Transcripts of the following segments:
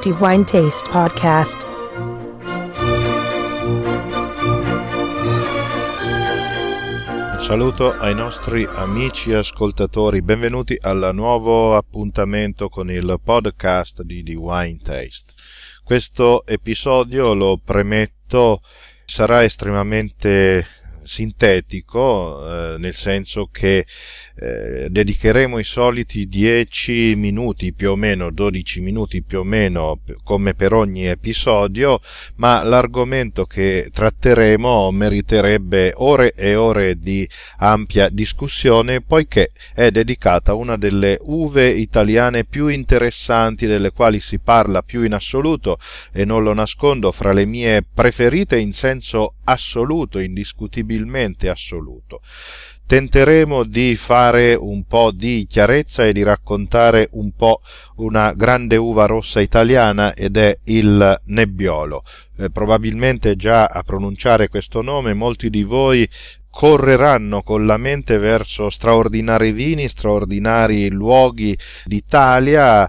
The Wine Taste Podcast. Un saluto ai nostri amici ascoltatori, benvenuti al nuovo appuntamento con il podcast di The Wine Taste. Questo episodio, lo premetto, sarà estremamente sintetico, nel senso che dedicheremo i soliti 10 minuti più o meno, 12 minuti più o meno, come per ogni episodio, ma l'argomento che tratteremo meriterebbe ore e ore di ampia discussione, poiché è dedicata a una delle uve italiane più interessanti, delle quali si parla più in assoluto, e non lo nascondo, fra le mie preferite in senso assoluto, indiscutibilmente assoluto. Tenteremo di fare un po' di chiarezza e di raccontare un po' una grande uva rossa italiana, ed è il Nebbiolo. Probabilmente già a pronunciare questo nome molti di voi correranno con la mente verso straordinari vini, straordinari luoghi d'Italia.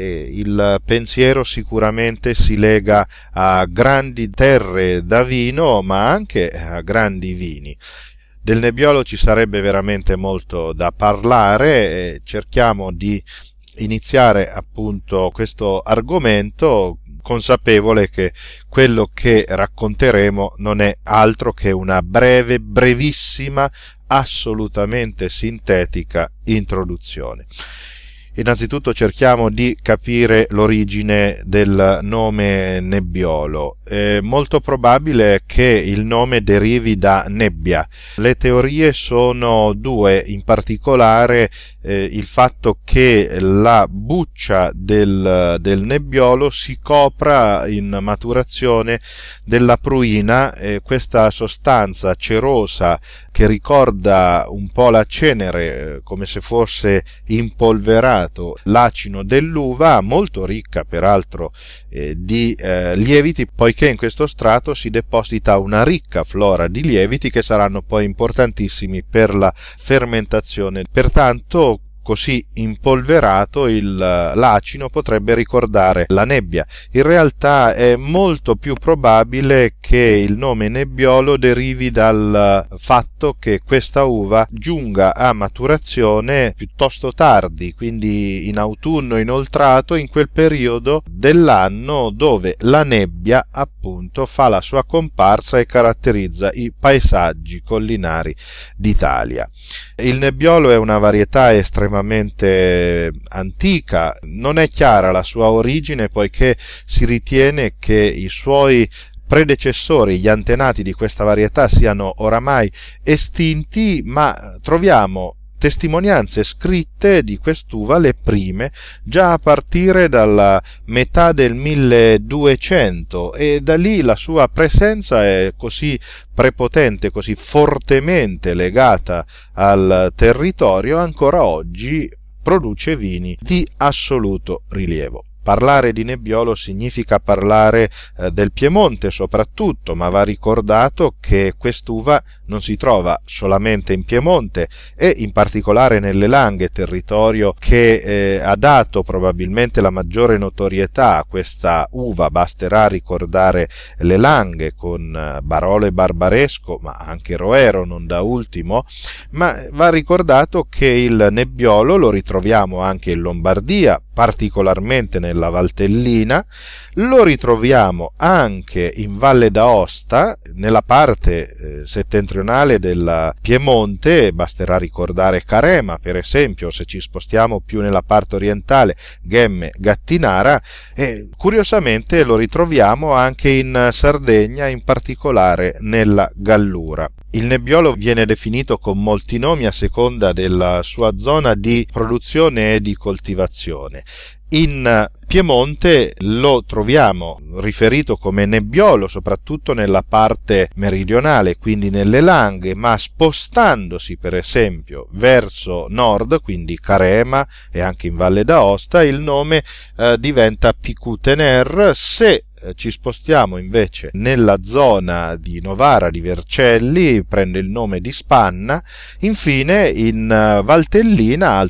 Il pensiero sicuramente si lega a grandi terre da vino, ma anche a grandi vini. Del Nebbiolo ci sarebbe veramente molto da parlare, e cerchiamo di iniziare appunto questo argomento consapevole che quello che racconteremo non è altro che una brevissima, assolutamente sintetica introduzione. Innanzitutto cerchiamo di capire l'origine del nome Nebbiolo. È molto probabile che il nome derivi da nebbia. Le teorie sono due, in particolare il fatto che la buccia del Nebbiolo si copra in maturazione della pruina, questa sostanza cerosa che ricorda un po' la cenere, come se fosse impolverata, l'acino dell'uva, molto ricca peraltro di lieviti, poiché in questo strato si deposita una ricca flora di lieviti che saranno poi importantissimi per la fermentazione. Pertanto, così impolverato, l'acino potrebbe ricordare la nebbia. In realtà è molto più probabile che il nome Nebbiolo derivi dal fatto che questa uva giunga a maturazione piuttosto tardi, quindi in autunno inoltrato, in quel periodo dell'anno dove la nebbia appunto fa la sua comparsa e caratterizza i paesaggi collinari d'Italia. Il Nebbiolo è una varietà estremamente antica, non è chiara la sua origine, poiché si ritiene che i suoi predecessori, gli antenati di questa varietà, siano oramai estinti, ma troviamo testimonianze scritte di quest'uva, le prime, già a partire dalla metà del 1200, e da lì la sua presenza è così prepotente, così fortemente legata al territorio, ancora oggi produce vini di assoluto rilievo. Parlare di Nebbiolo significa parlare del Piemonte soprattutto, ma va ricordato che quest'uva non si trova solamente in Piemonte, e in particolare nelle Langhe, territorio che ha dato probabilmente la maggiore notorietà a questa uva. Basterà ricordare le Langhe con Barolo e Barbaresco, ma anche Roero non da ultimo. Ma va ricordato che il Nebbiolo lo ritroviamo anche in Lombardia, particolarmente nella Valtellina, lo ritroviamo anche in Valle d'Aosta, nella parte settentrionale del Piemonte. Basterà ricordare Carema, per esempio. Se ci spostiamo più nella parte orientale, Ghemme, Gattinara, e curiosamente lo ritroviamo anche in Sardegna, in particolare nella Gallura. Il Nebbiolo viene definito con molti nomi a seconda della sua zona di produzione e di coltivazione. In Piemonte lo troviamo riferito come Nebbiolo soprattutto nella parte meridionale, quindi nelle Langhe, ma spostandosi per esempio verso nord, quindi Carema e anche in Valle d'Aosta, il nome diventa Picutener. Se ci spostiamo invece nella zona di Novara, di Vercelli, prende il nome di Spanna. Infine in Valtellina, altra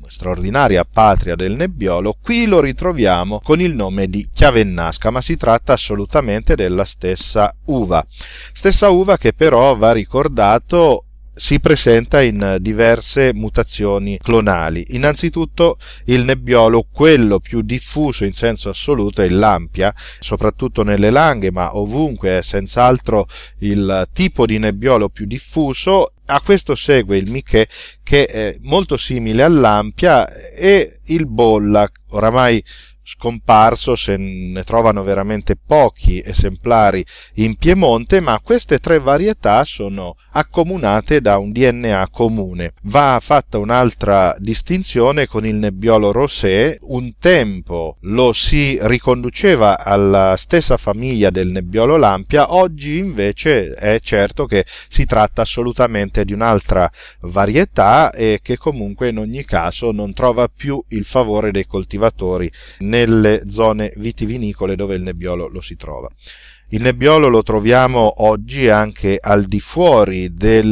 straordinaria patria del Nebbiolo, qui lo ritroviamo con il nome di chiavennasca, ma si tratta assolutamente della stessa uva che però, va ricordato, si presenta in diverse mutazioni clonali. Innanzitutto il Nebbiolo, quello più diffuso in senso assoluto, è il Lampia, soprattutto nelle Langhe, ma ovunque è senz'altro il tipo di Nebbiolo più diffuso. A questo segue il Michè, che è molto simile all'Ampia, e il Bolla, oramai scomparso, se ne trovano veramente pochi esemplari in Piemonte, ma queste tre varietà sono accomunate da un DNA comune. Va fatta un'altra distinzione con il Nebbiolo Rosé. Un tempo lo si riconduceva alla stessa famiglia del Nebbiolo Lampia, oggi invece è certo che si tratta assolutamente di un'altra varietà e che comunque in ogni caso non trova più il favore dei coltivatori nelle zone vitivinicole dove il Nebbiolo lo si trova. Il Nebbiolo lo troviamo oggi anche al di fuori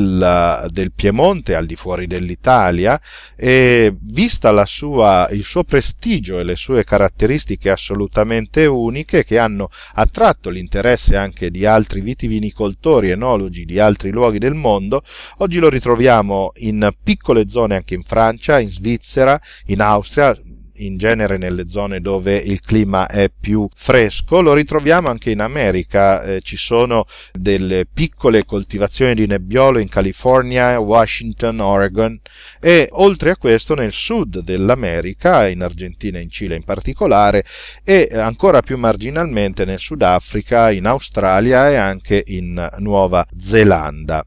del Piemonte, al di fuori dell'Italia, e vista il suo prestigio e le sue caratteristiche assolutamente uniche, che hanno attratto l'interesse anche di altri vitivinicoltori e enologi di altri luoghi del mondo, oggi lo ritroviamo in piccole zone anche in Francia, in Svizzera, in Austria, in genere nelle zone dove il clima è più fresco. Lo ritroviamo anche in America, ci sono delle piccole coltivazioni di Nebbiolo in California, Washington, Oregon, e oltre a questo nel sud dell'America, in Argentina e in Cile in particolare, e ancora più marginalmente nel Sudafrica, in Australia e anche in Nuova Zelanda.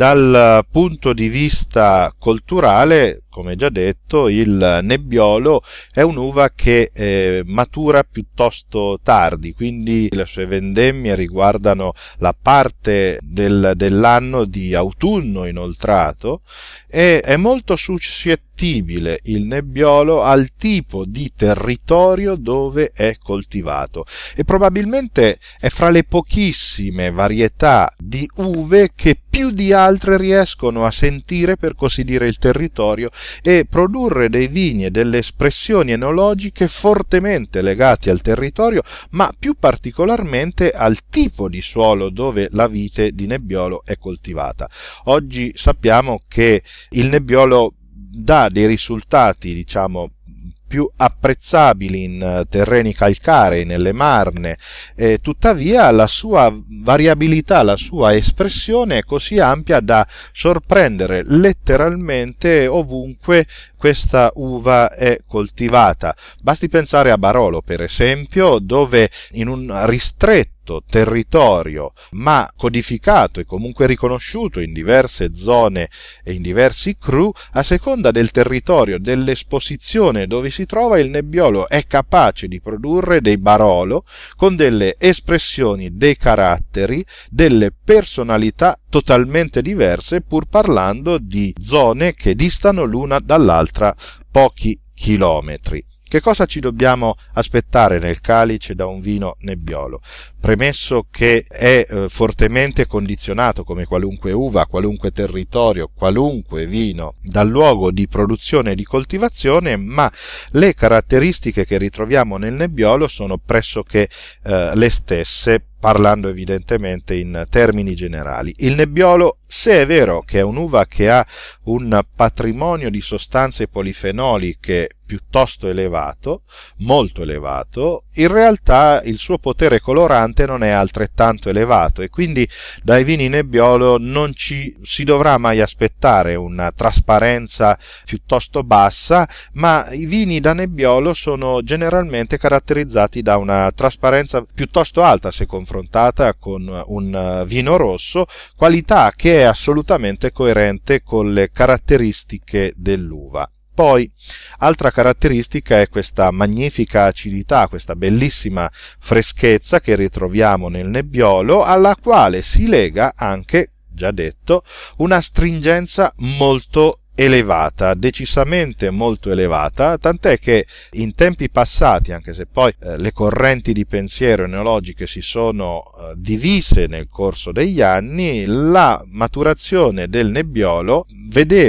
Dal punto di vista culturale, come già detto, il Nebbiolo è un'uva che matura piuttosto tardi, quindi le sue vendemmie riguardano la parte dell'anno di autunno inoltrato, e è molto suscettibile il Nebbiolo al tipo di territorio dove è coltivato, e probabilmente è fra le pochissime varietà di uve che più di altre riescono a sentire, per così dire, il territorio e produrre dei vini e delle espressioni enologiche fortemente legati al territorio, ma più particolarmente al tipo di suolo dove la vite di Nebbiolo è coltivata. Oggi sappiamo che il Nebbiolo dà dei risultati, diciamo, più apprezzabili in terreni calcarei, nelle marne, tuttavia la sua variabilità, la sua espressione è così ampia da sorprendere letteralmente ovunque questa uva è coltivata. Basti pensare a Barolo, per esempio, dove in un ristretto territorio, ma codificato e comunque riconosciuto in diverse zone e in diversi cru, a seconda del territorio, dell'esposizione dove si trova, il Nebbiolo è capace di produrre dei Barolo con delle espressioni, dei caratteri, delle personalità totalmente diverse, pur parlando di zone che distano l'una dall'altra pochi chilometri. Che cosa ci dobbiamo aspettare nel calice da un vino Nebbiolo? Premesso che è fortemente condizionato, come qualunque uva, qualunque territorio, qualunque vino, dal luogo di produzione e di coltivazione, ma le caratteristiche che ritroviamo nel Nebbiolo sono pressoché le stesse, parlando evidentemente in termini generali. Il Nebbiolo, se è vero che è un'uva che ha un patrimonio di sostanze polifenoliche piuttosto elevato, molto elevato, in realtà il suo potere colorante non è altrettanto elevato, e quindi dai vini Nebbiolo non ci si dovrà mai aspettare una trasparenza piuttosto bassa, ma i vini da Nebbiolo sono generalmente caratterizzati da una trasparenza piuttosto alta se confrontata con un vino rosso, qualità che è assolutamente coerente con le caratteristiche dell'uva. Poi, altra caratteristica è questa magnifica acidità, questa bellissima freschezza che ritroviamo nel Nebbiolo, alla quale si lega anche, già detto, una stringenza molto elevata, decisamente molto elevata, tant'è che in tempi passati, anche se poi le correnti di pensiero enologiche si sono divise nel corso degli anni, la maturazione del Nebbiolo vedeva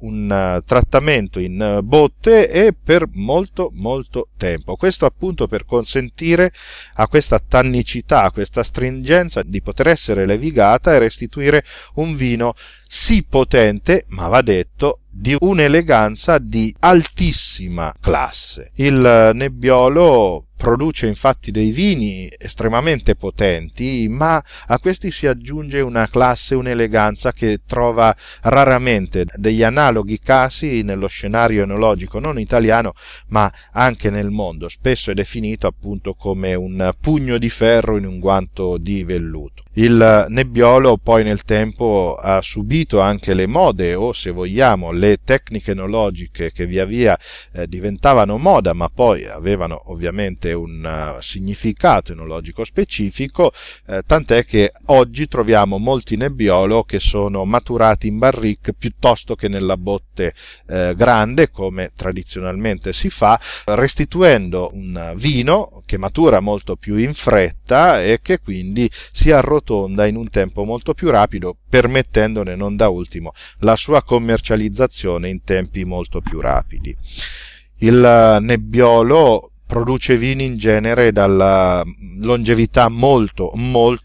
un trattamento in botte e per molto tempo. Questo appunto per consentire a questa tannicità, a questa stringenza di poter essere levigata e restituire un vino sì potente, ma va detto, di un'eleganza di altissima classe. Il Nebbiolo produce infatti dei vini estremamente potenti, ma a questi si aggiunge una classe, un'eleganza che trova raramente degli analoghi casi nello scenario enologico non italiano, ma anche nel mondo. Spesso è definito appunto come un pugno di ferro in un guanto di velluto. Il Nebbiolo poi nel tempo ha subito anche le mode, o se vogliamo le tecniche enologiche che via via diventavano moda, ma poi avevano ovviamente un significato enologico specifico, tant'è che oggi troviamo molti Nebbiolo che sono maturati in barrique piuttosto che nella botte grande, come tradizionalmente si fa, restituendo un vino che matura molto più in fretta e che quindi si arrotonda in un tempo molto più rapido, permettendone non da ultimo la sua commercializzazione in tempi molto più rapidi. Il Nebbiolo produce vini in genere dalla longevità molto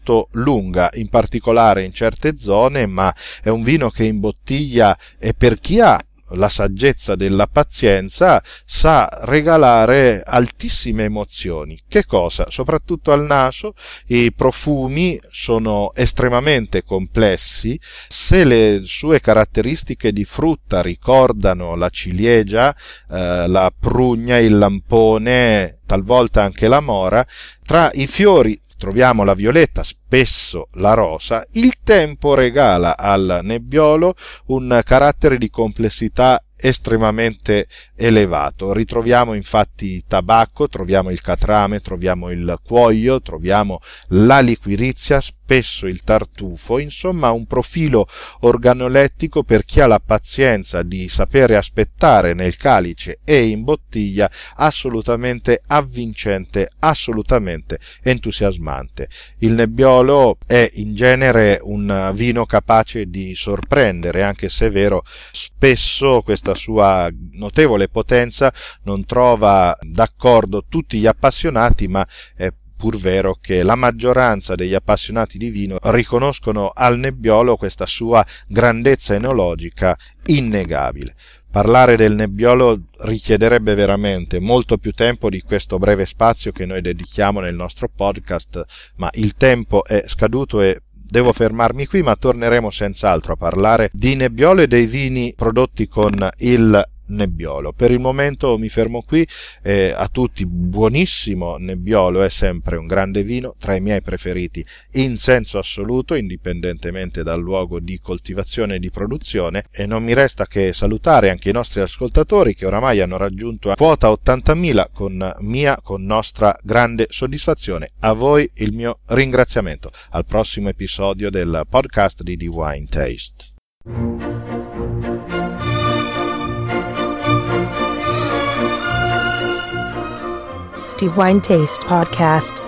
lunga, in particolare in certe zone, ma è un vino che in bottiglia, e per chi ha la saggezza della pazienza, sa regalare altissime emozioni. Che cosa? Soprattutto al naso i profumi sono estremamente complessi. Se le sue caratteristiche di frutta ricordano la ciliegia, la prugna, il lampone, talvolta anche la mora, tra i fiori troviamo la violetta, spesso la rosa. Il tempo regala al Nebbiolo un carattere di complessità estremamente elevato. Ritroviamo infatti tabacco, troviamo il catrame, troviamo il cuoio, troviamo la liquirizia, spesso il tartufo, insomma un profilo organolettico per chi ha la pazienza di sapere aspettare nel calice e in bottiglia, assolutamente avvincente, assolutamente entusiasmante. Il Nebbiolo è in genere un vino capace di sorprendere, anche se è vero, spesso questa sua notevole potenza non trova d'accordo tutti gli appassionati, ma è pur vero che la maggioranza degli appassionati di vino riconoscono al Nebbiolo questa sua grandezza enologica innegabile. Parlare del Nebbiolo richiederebbe veramente molto più tempo di questo breve spazio che noi dedichiamo nel nostro podcast, ma il tempo è scaduto e devo fermarmi qui, ma torneremo senz'altro a parlare di Nebbiolo e dei vini prodotti con il Nebbiolo. Per il momento mi fermo qui, a tutti buonissimo Nebbiolo, è sempre un grande vino, tra i miei preferiti in senso assoluto, indipendentemente dal luogo di coltivazione e di produzione, e non mi resta che salutare anche i nostri ascoltatori che oramai hanno raggiunto quota 80.000 con nostra grande soddisfazione. A voi il mio ringraziamento. Al prossimo episodio del podcast di The Wine Taste. The Wine Taste Podcast.